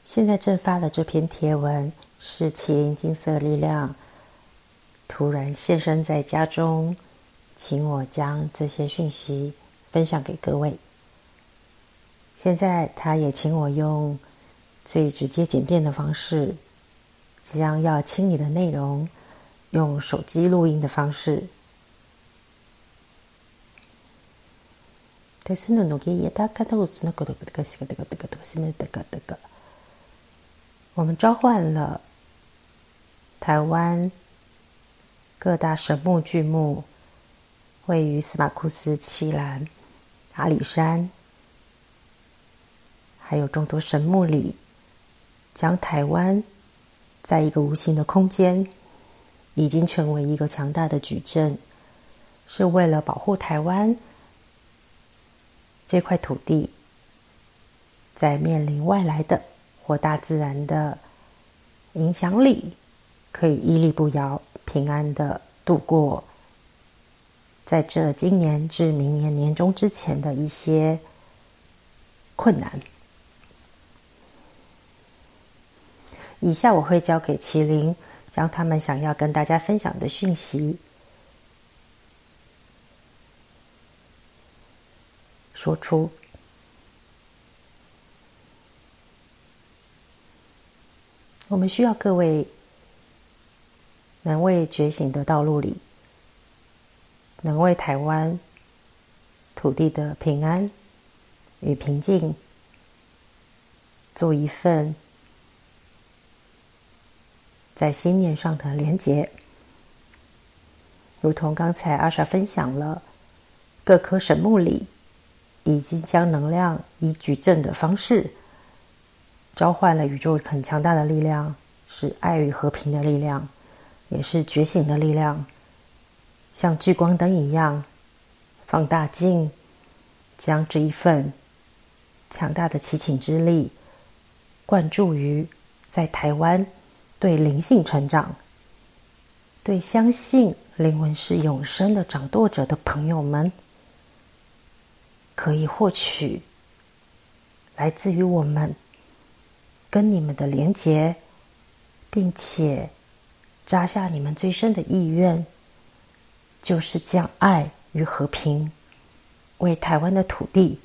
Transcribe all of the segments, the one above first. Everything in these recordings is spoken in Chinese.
现在正发的这篇贴文是麒麟金色力量突然现身在家中，请我将这些讯息分享给各位。现在他也请我用最直接简便的方式，将要清理的内容用手机录音的方式。我们召唤了台湾各大神木巨木，位于司马库斯、七兰、阿里山，还有众多神木里，将台湾在一个无形的空间已经成为一个强大的矩阵，是为了保护台湾这块土地在面临外来的或大自然的影响里，可以屹立不摇，平安的度过在这今年至明年年中之前的一些困难。以下我会交给麒麟，将他们想要跟大家分享的讯息说出。我们需要各位能为觉醒的道路里，能为台湾土地的平安与平静做一份在心念上的连结。如同刚才阿莎分享了，各棵神木里已经将能量以矩阵的方式召唤了宇宙很强大的力量，是爱与和平的力量，也是觉醒的力量，像聚光灯一样放大镜，将这一份强大的祈请之力灌注于在台湾对灵性成长，对相信灵魂是永生的掌舵者的朋友们，可以获取来自于我们跟你们的连结，并且扎下你们最深的意愿，就是将爱与和平为台湾的土地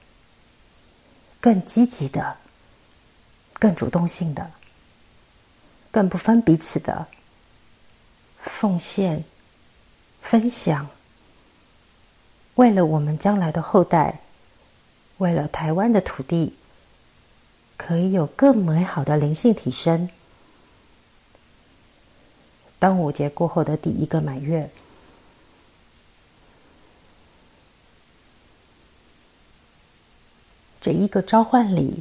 更积极的、更主动性的、更不分彼此的奉献、分享，为了我们将来的后代，为了台湾的土地可以有更美好的灵性提升。端午节过后的第一个满月，这一个召唤礼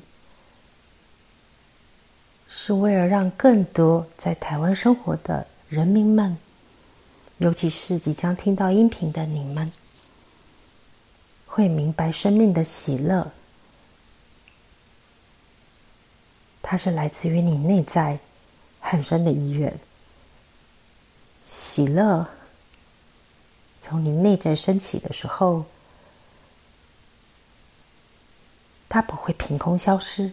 是为了让更多在台湾生活的人民们，尤其是即将听到音频的你们，会明白生命的喜乐，它是来自于你内在很深的意愿。喜乐从你内在升起的时候，它不会凭空消失，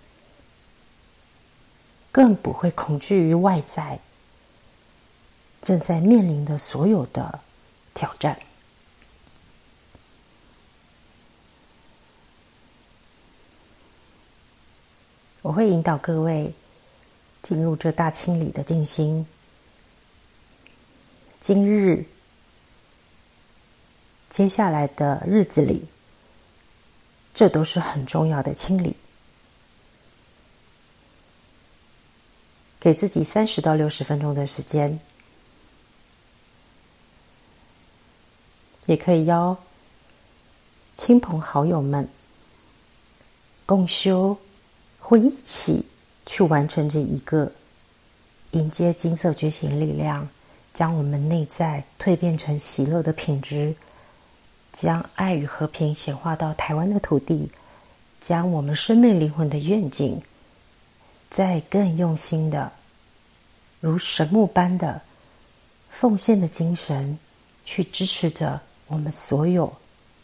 更不会恐惧于外在正在面临的所有的挑战。我会引导各位进入这大清理的静心。今日接下来的日子里，这都是很重要的清理。给自己30到60分钟的时间，也可以邀亲朋好友们共修，会一起去完成这一个迎接金色觉醒力量，将我们内在蜕变成喜乐的品质，将爱与和平显化到台湾的土地，将我们生命灵魂的愿景再更用心的如神木般的奉献的精神去支持着我们所有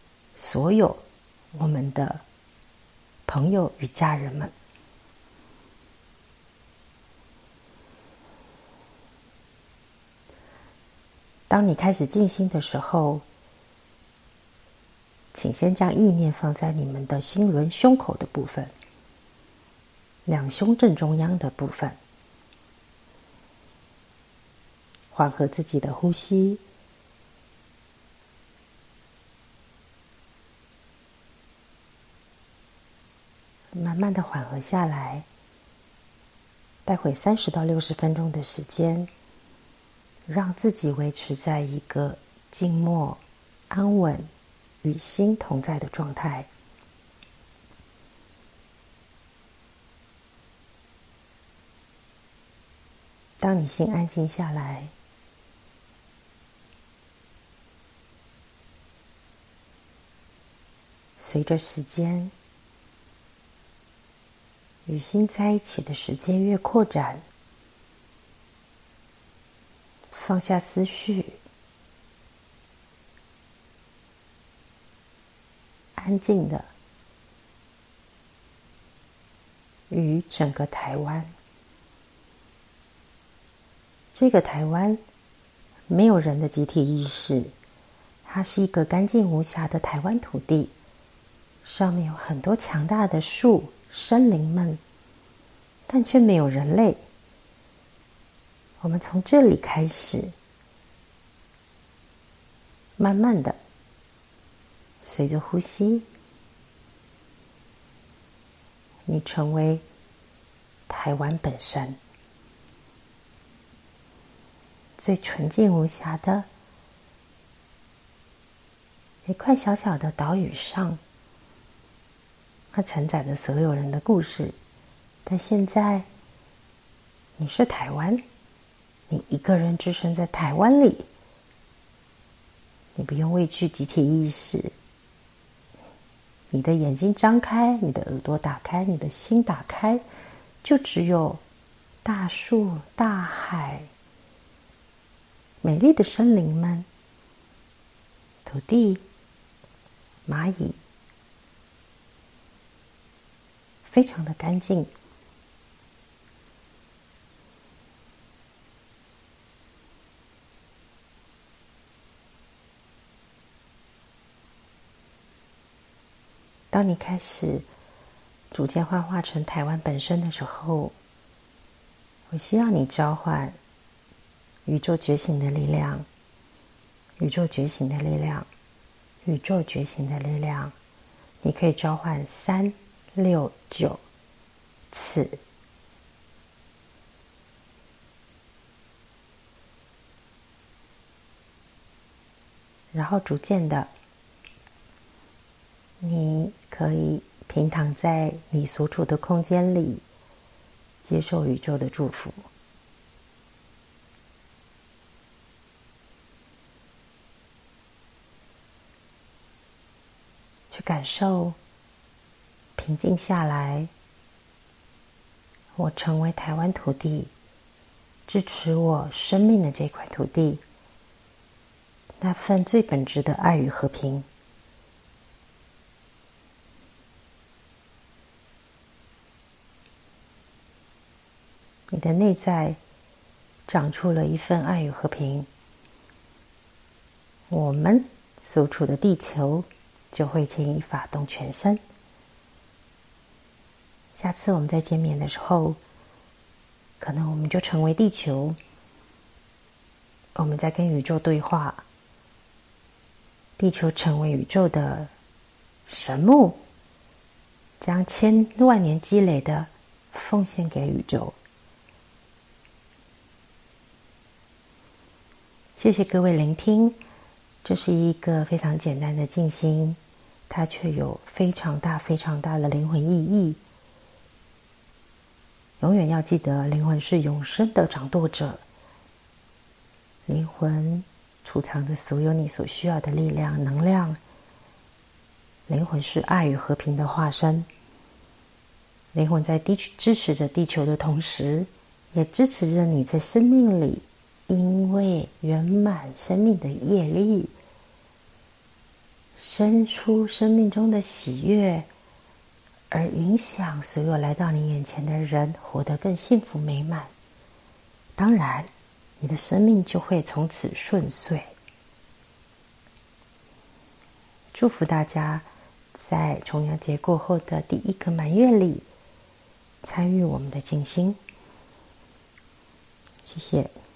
我们的朋友与家人们。 当你开始静心的时候，请先将意念放在你们的心轮胸口的部分，两胸正中央的部分，缓和自己的呼吸，慢慢的缓和下来。待会30到60分钟的时间，让自己维持在一个静默、安稳、与心同在的状态。当你心安静下来，随着时间，与心在一起的时间越扩展，放下思绪，安静的与整个台湾，这个台湾没有人的集体意识，它是一个干净无瑕的台湾土地，上面有很多强大的树、生灵们，但却没有人类。我们从这里开始，慢慢的随着呼吸，你成为台湾本身，最纯净无瑕的一块小小的岛屿上，它承载着所有人的故事。但现在你是台湾，你一个人置身在台湾里，你不用畏惧集体意识，你的眼睛张开，你的耳朵打开，你的心打开，就只有大树、大海、美丽的生灵们、土地、蚂蚁，非常的干净。当你开始逐渐幻化成台湾本身的时候，我希望你召唤宇宙觉醒的力量，宇宙觉醒的力量，宇宙觉醒的力量。你可以召唤3、6、9次，然后逐渐的，你可以平躺在你所处的空间里，接受宇宙的祝福。去感受平静下来，我成为台湾土地，支持我生命的这块土地，那份最本质的爱与和平。你的内在长出了一份爱与和平，我们所处的地球就会牵一发动全身。下次我们再见面的时候，可能我们就成为地球，我们在跟宇宙对话，地球成为宇宙的神木，将千万年积累的奉献给宇宙。谢谢各位聆听，这是一个非常简单的静心，它却有非常大非常大的灵魂意义。永远要记得，灵魂是永生的掌舵者，灵魂储藏着所有你所需要的力量、能量。灵魂是爱与和平的化身，灵魂在支持着地球的同时，也支持着你在生命里因为圆满生命的业力，生出生命中的喜悦，而影响所有来到你眼前的人活得更幸福美满。当然， 你的生命就会从此顺遂。祝福大家在重阳节过后的第一个满月里参与我们的静心。谢谢。